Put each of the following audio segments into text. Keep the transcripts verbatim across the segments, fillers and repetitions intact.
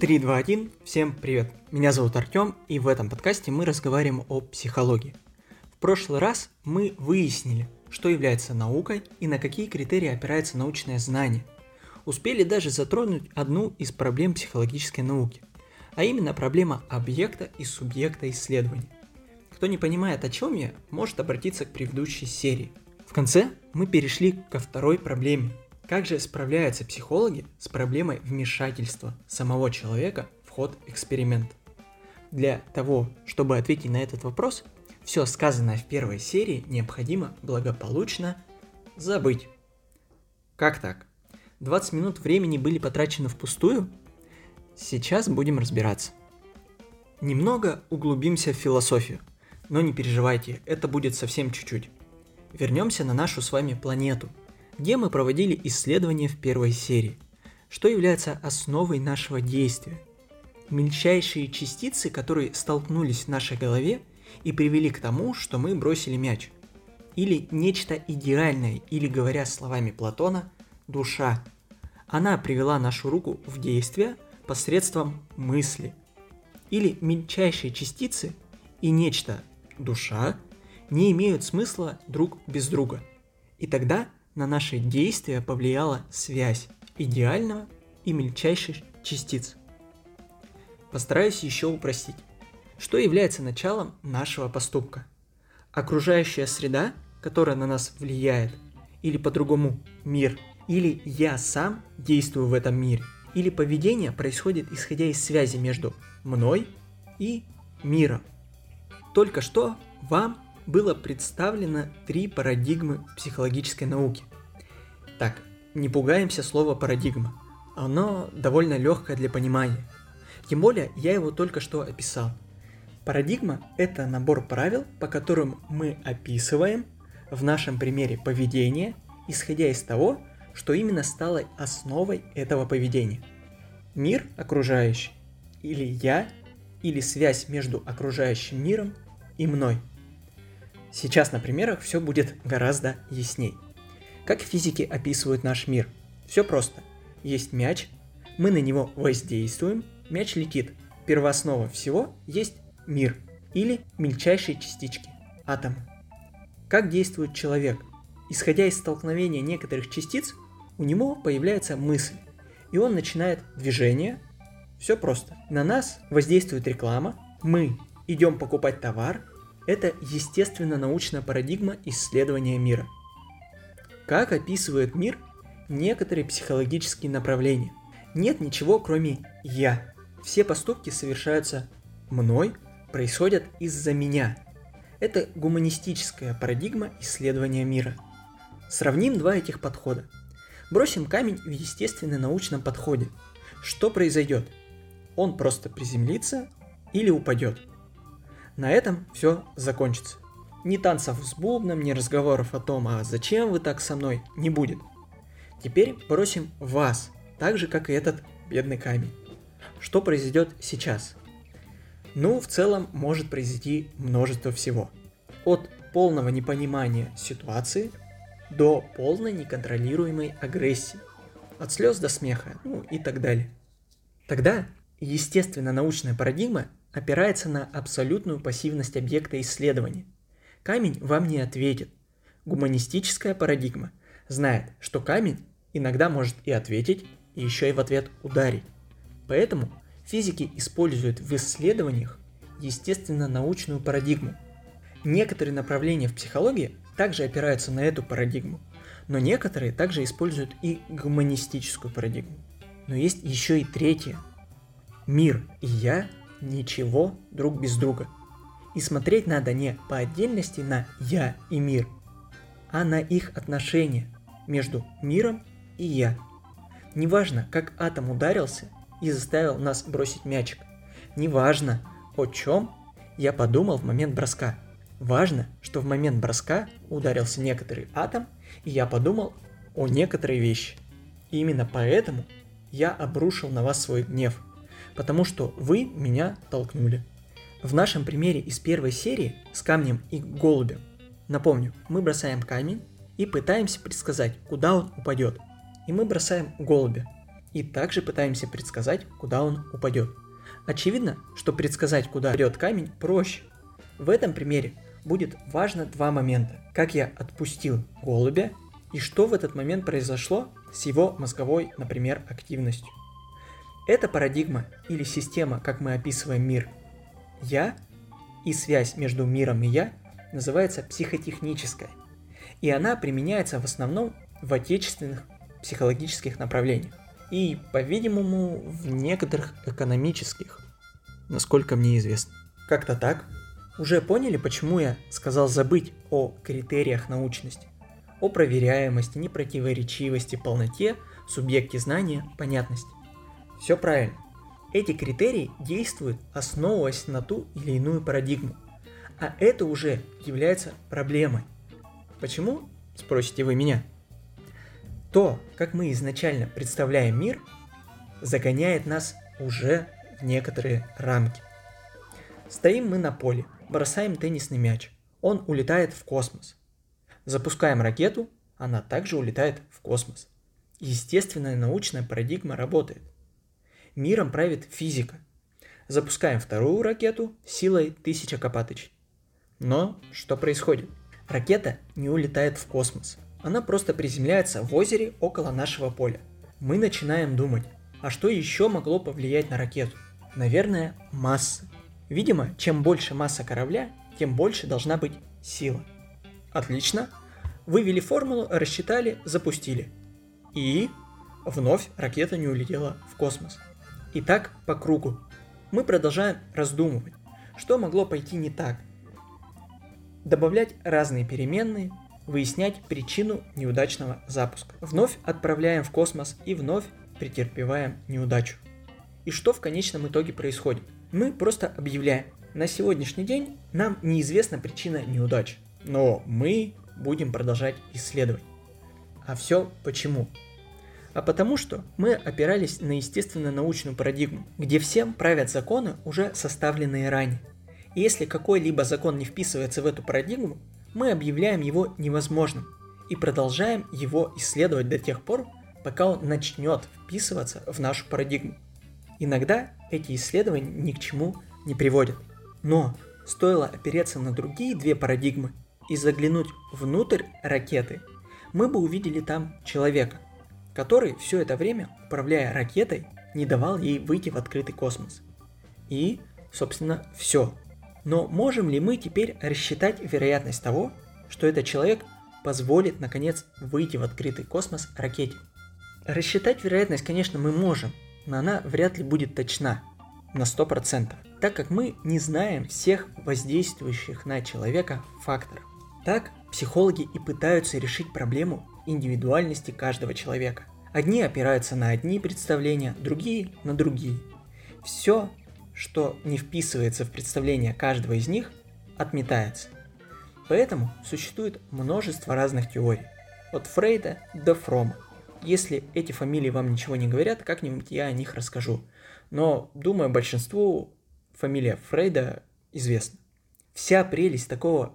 три, два, один. Всем привет. Меня зовут Артём, и в этом подкасте мы разговариваем о психологии. В прошлый раз мы выяснили, что является наукой и на какие критерии опирается научное знание. Успели даже затронуть одну из проблем психологической науки, а именно проблема объекта и субъекта исследования. Кто не понимает, о чем я, может обратиться к предыдущей серии. В конце мы перешли ко второй проблеме. Как же справляются психологи с проблемой вмешательства самого человека в ход эксперимента? Для того, чтобы ответить на этот вопрос, все сказанное в первой серии необходимо благополучно забыть. Как так? двадцать минут времени были потрачены впустую? Сейчас будем разбираться. Немного углубимся в философию, но не переживайте, это будет совсем чуть-чуть. Вернемся на нашу с вами планету, где мы проводили исследования в первой серии, что является основой нашего действия. Мельчайшие частицы, которые столкнулись в нашей голове и привели к тому, что мы бросили мяч. Или нечто идеальное, или, говоря словами Платона, душа. Она привела нашу руку в действие посредством мысли. Или мельчайшие частицы и нечто, душа, не имеют смысла друг без друга. И тогда на наши действия повлияла связь идеального и мельчайших частиц. Постараюсь еще упростить. Что является началом нашего поступка? Окружающая среда, которая на нас влияет, или по-другому мир, или я сам действую в этом мире, или поведение происходит исходя из связи между мной и миром. Только что вам было представлено три парадигмы в психологической науке. Так, не пугаемся слова парадигма. Оно довольно легкое для понимания. Тем более, я его только что описал. Парадигма – это набор правил, по которым мы описываем, в нашем примере, поведение, исходя из того, что именно стало основой этого поведения. Мир окружающий, или я, или связь между окружающим миром и мной. Сейчас на примерах все будет гораздо ясней. Как физики описывают наш мир? Все просто. Есть мяч, мы на него воздействуем, мяч летит. Первооснова всего есть мир или мельчайшие частички, атомы. Как действует человек? Исходя из столкновения некоторых частиц, у него появляется мысль, и он начинает движение. Все просто. На нас воздействует реклама, мы идем покупать товар. Это естественно-научная парадигма исследования мира. Как описывает мир некоторые психологические направления? Нет ничего, кроме «я». Все поступки совершаются мной, происходят из-за меня. Это гуманистическая парадигма исследования мира. Сравним два этих подхода. Бросим камень в естественно-научном подходе. Что произойдет? Он просто приземлится или упадет. На этом все закончится. Ни танцев с бубном, ни разговоров о том, а зачем вы так со мной, не будет. Теперь бросим вас, так же, как и этот бедный камень. Что произойдет сейчас? Ну, в целом, может произойти множество всего. От полного непонимания ситуации до полной неконтролируемой агрессии. От слез до смеха, ну и так далее. Тогда естественно-научная парадигма опирается на абсолютную пассивность объекта исследования. Камень вам не ответит. Гуманистическая парадигма знает, что камень иногда может и ответить, и еще и в ответ ударить. Поэтому физики используют в исследованиях естественно-научную парадигму. Некоторые направления в психологии также опираются на эту парадигму, но некоторые также используют и гуманистическую парадигму. Но есть еще и третья. Мир и я ничего друг без друга. И смотреть надо не по отдельности на «я» и «мир», а на их отношения между миром и «я». Неважно, как атом ударился и заставил нас бросить мячик. Неважно, о чем я подумал в момент броска. Важно, что в момент броска ударился некоторый атом, и я подумал о некоторой вещи. И именно поэтому я обрушил на вас свой гнев. Потому что вы меня толкнули. В нашем примере из первой серии с камнем и голубем, напомню, мы бросаем камень и пытаемся предсказать, куда он упадет. И мы бросаем голубя. и также пытаемся предсказать, куда он упадет. Очевидно, что предсказать, куда упадет камень, проще. В этом примере будет важно два момента. Как я отпустил голубя и что в этот момент произошло с его мозговой, например, активностью. Эта парадигма или система, как мы описываем мир «я», и связь между миром и «я» называется психотехническая. И она применяется в основном в отечественных психологических направлениях. И, по-видимому, в некоторых экономических, насколько мне известно. Как-то так. Уже поняли, почему я сказал забыть о критериях научности? О проверяемости, непротиворечивости, полноте, субъекте знания, понятности. Все правильно. Эти критерии действуют, основываясь на ту или иную парадигму. А это уже является проблемой. Почему? Спросите вы меня. То, как мы изначально представляем мир, загоняет нас уже в некоторые рамки. Стоим мы на поле, бросаем теннисный мяч, он улетает в космос. Запускаем ракету, она также улетает в космос. Естественная научная парадигма работает. Миром правит физика. Запускаем вторую ракету силой тысяча копатыч. Но что происходит? Ракета не улетает в космос. Она просто приземляется в озере около нашего поля. Мы начинаем думать, а что еще могло повлиять на ракету? Наверное, масса. Видимо, чем больше масса корабля, тем больше должна быть сила. Отлично. Вывели формулу, рассчитали, запустили. И вновь ракета не улетела в космос. И так по кругу. Мы продолжаем раздумывать, что могло пойти не так. Добавлять разные переменные, выяснять причину неудачного запуска. Вновь отправляем в космос и вновь претерпеваем неудачу. И что в конечном итоге происходит? Мы просто объявляем: на сегодняшний день нам неизвестна причина неудачи, но мы будем продолжать исследовать. А все почему? А потому что мы опирались на естественно-научную парадигму, где всем правят законы, уже составленные ранее. И если какой-либо закон не вписывается в эту парадигму, мы объявляем его невозможным и продолжаем его исследовать до тех пор, пока он начнет вписываться в нашу парадигму. Иногда эти исследования ни к чему не приводят. Но стоило опереться на другие две парадигмы и заглянуть внутрь ракеты, мы бы увидели там человека, который все это время, управляя ракетой, не давал ей выйти в открытый космос. И, собственно, все. Но можем ли мы теперь рассчитать вероятность того, что этот человек позволит, наконец, выйти в открытый космос ракете? Рассчитать вероятность, конечно, мы можем, но она вряд ли будет точна на сто процентов, так как мы не знаем всех воздействующих на человека факторов. Так, психологи и пытаются решить проблему индивидуальности каждого человека. Одни опираются на одни представления, другие на другие. Все, что не вписывается в представление каждого из них, отметается. Поэтому существует множество разных теорий, от Фрейда до Фрома. Если эти фамилии вам ничего не говорят, как-нибудь я о них расскажу. Но, думаю, большинству фамилия Фрейда известна. Вся прелесть такого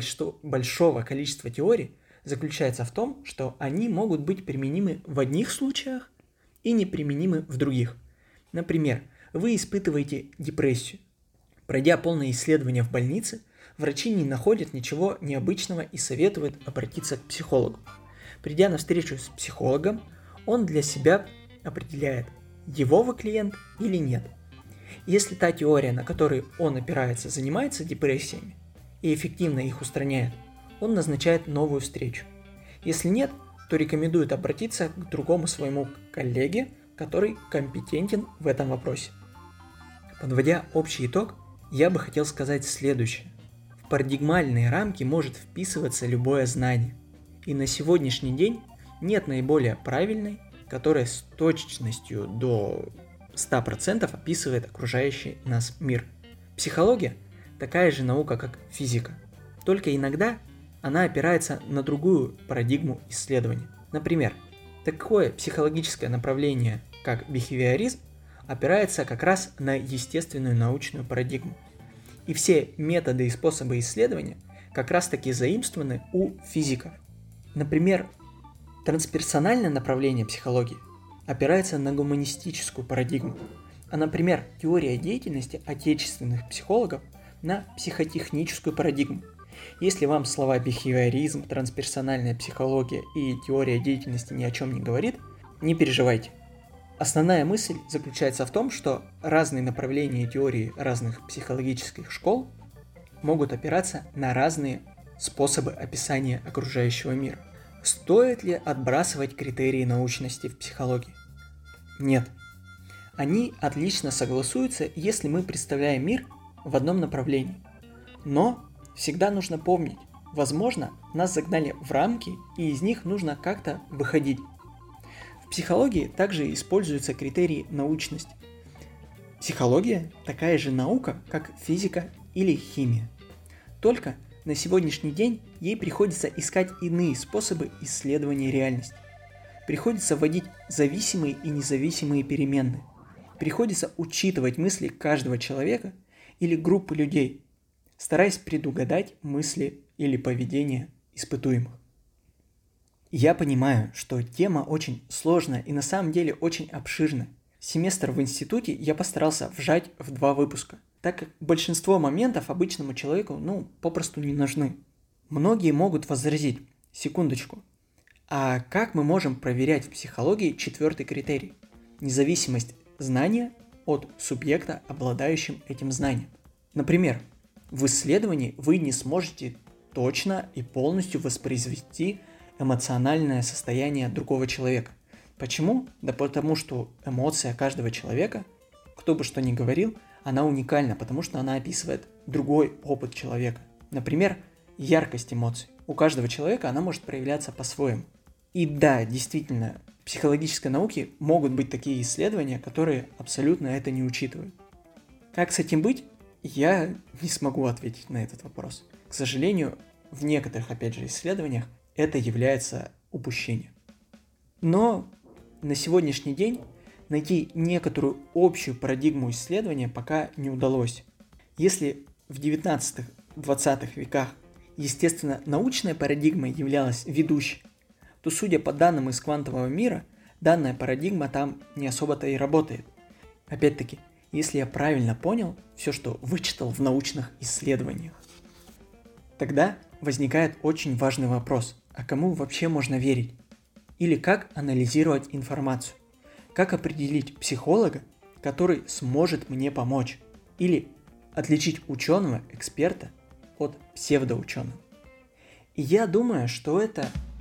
большого количества теорий заключается в том, что они могут быть применимы в одних случаях и неприменимы в других. Например, вы испытываете депрессию. Пройдя полное исследование в больнице, врачи не находят ничего необычного и советуют обратиться к психологу. Придя на встречу с психологом, он для себя определяет, его вы клиент или нет. Если та теория, на которой он опирается, занимается депрессиями и эффективно их устраняет, он назначает новую встречу. Если нет, то рекомендует обратиться к другому своему коллеге, который компетентен в этом вопросе. Подводя общий итог, я бы хотел сказать следующее. В парадигмальные рамки может вписываться любое знание. И на сегодняшний день нет наиболее правильной, которая с точностью до сто процентов описывает окружающий нас мир. Психология – такая же наука, как физика. Только иногда она опирается на другую парадигму исследования. Например, такое психологическое направление, как бихевиоризм, опирается как раз на естественную научную парадигму. И все методы и способы исследования как раз таки заимствованы у физиков. Например, трансперсональное направление психологии опирается на гуманистическую парадигму, а, например, теория деятельности отечественных психологов на психотехническую парадигму. Если вам слова бихевиоризм, трансперсональная психология и теория деятельности ни о чем не говорит, не переживайте. Основная мысль заключается в том, что разные направления теории разных психологических школ могут опираться на разные способы описания окружающего мира. Стоит ли отбрасывать критерии научности в психологии? Нет. Они отлично согласуются, если мы представляем мир в одном направлении. Но всегда нужно помнить, возможно, нас загнали в рамки, и из них нужно как-то выходить. В психологии также используются критерии научности. Психология такая же наука, как физика или химия. Только на сегодняшний день ей приходится искать иные способы исследования реальности. Приходится вводить зависимые и независимые переменные. Приходится учитывать мысли каждого человека или группы людей, стараясь предугадать мысли или поведение испытуемых. Я понимаю, что тема очень сложная и на самом деле очень обширная. Семестр в институте я постарался вжать в два выпуска, так как большинство моментов обычному человеку, ну, попросту не нужны. Многие могут возразить, секундочку, а как мы можем проверять в психологии четвертый критерий? Независимость знания от субъекта, обладающим этим знанием. Например, в исследовании вы не сможете точно и полностью воспроизвести эмоциональное состояние другого человека. Почему? Да потому что эмоция каждого человека, кто бы что ни говорил, она уникальна, потому что она описывает другой опыт человека. Например, яркость эмоций. У каждого человека она может проявляться по-своему. И да, действительно, в психологической науке могут быть такие исследования, которые абсолютно это не учитывают. Как с этим быть? Я не смогу ответить на этот вопрос. К сожалению, в некоторых, опять же, исследованиях это является упущением. Но на сегодняшний день найти некоторую общую парадигму исследования пока не удалось. Если в девятнадцатом-двадцатом веках, естественно, научная парадигма являлась ведущей, то, судя по данным из квантового мира, данная парадигма там не особо-то и работает. Опять-таки, если я правильно понял все, что вычитал в научных исследованиях. Тогда возникает очень важный вопрос, а кому вообще можно верить? Или как анализировать информацию? Как определить психолога, который сможет мне помочь? Или отличить ученого, эксперта от псевдоученого? И я думаю, что это